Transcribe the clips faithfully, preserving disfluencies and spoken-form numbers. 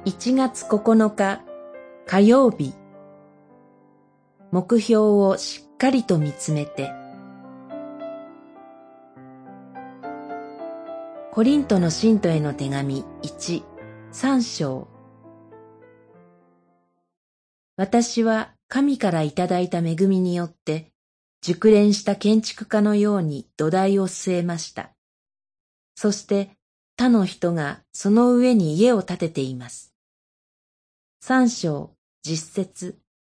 いちがつここのか火曜日。目標をしっかりと見つめて。コリントの信徒への手紙いち、さん章。私は神からいただいた恵みによって熟練した建築家のように土台を据えました。そして他の人がその上に家を建てています。三章、実節。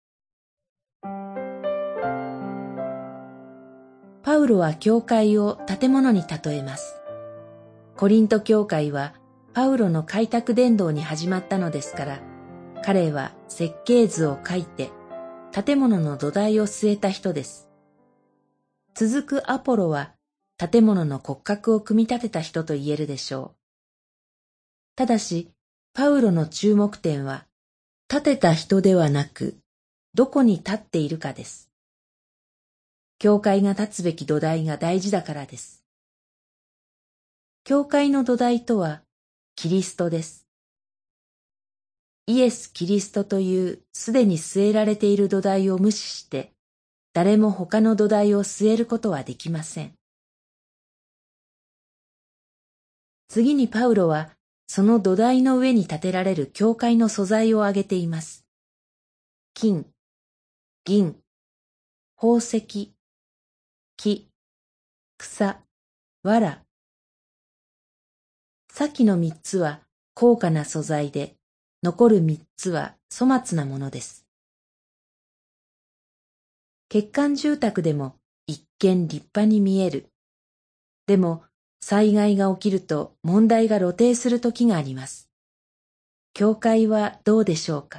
パウロは教会を建物に例えます。コリント教会はパウロの開拓伝道に始まったのですから、彼は設計図を書いて建物の土台を据えた人です。続くアポロは建物の骨格を組み立てた人と言えるでしょう。ただし、パウロの注目点は建てた人ではなく、どこに立っているかです。教会が立つべき土台が大事だからです。教会の土台とはキリストです。イエス・キリストというすでに据えられている土台を無視して、誰も他の土台を据えることはできません。次にパウロは、その土台の上に建てられる教会の素材を挙げています。金、銀、宝石、木、草、藁。先の三つは高価な素材で、残る三つは粗末なものです。欠陥住宅でも一見立派に見える。でも災害が起きると問題が露呈する時があります。教会はどうでしょうか。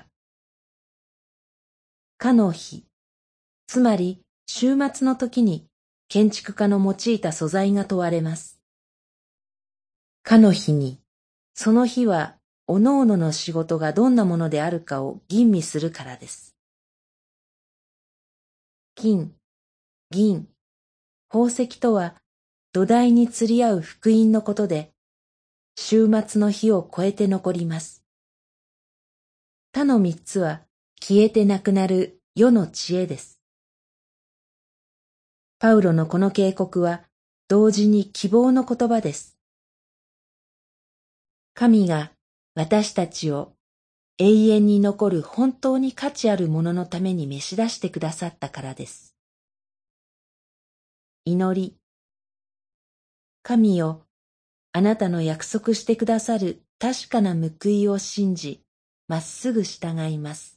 かの日、つまり終末の時に建築家の用いた素材が問われます。かの日に、その日はおのおのの仕事がどんなものであるかを吟味するからです。金、銀、宝石とは土台に釣り合う福音のことで、終末の日を超えて残ります。他の三つは消えてなくなる世の知恵です。パウロのこの警告は同時に希望の言葉です。神が私たちを永遠に残る本当に価値あるもののために召し出してくださったからです。祈り。神よ、あなたの約束してくださる確かな報いを信じ、まっすぐ従います。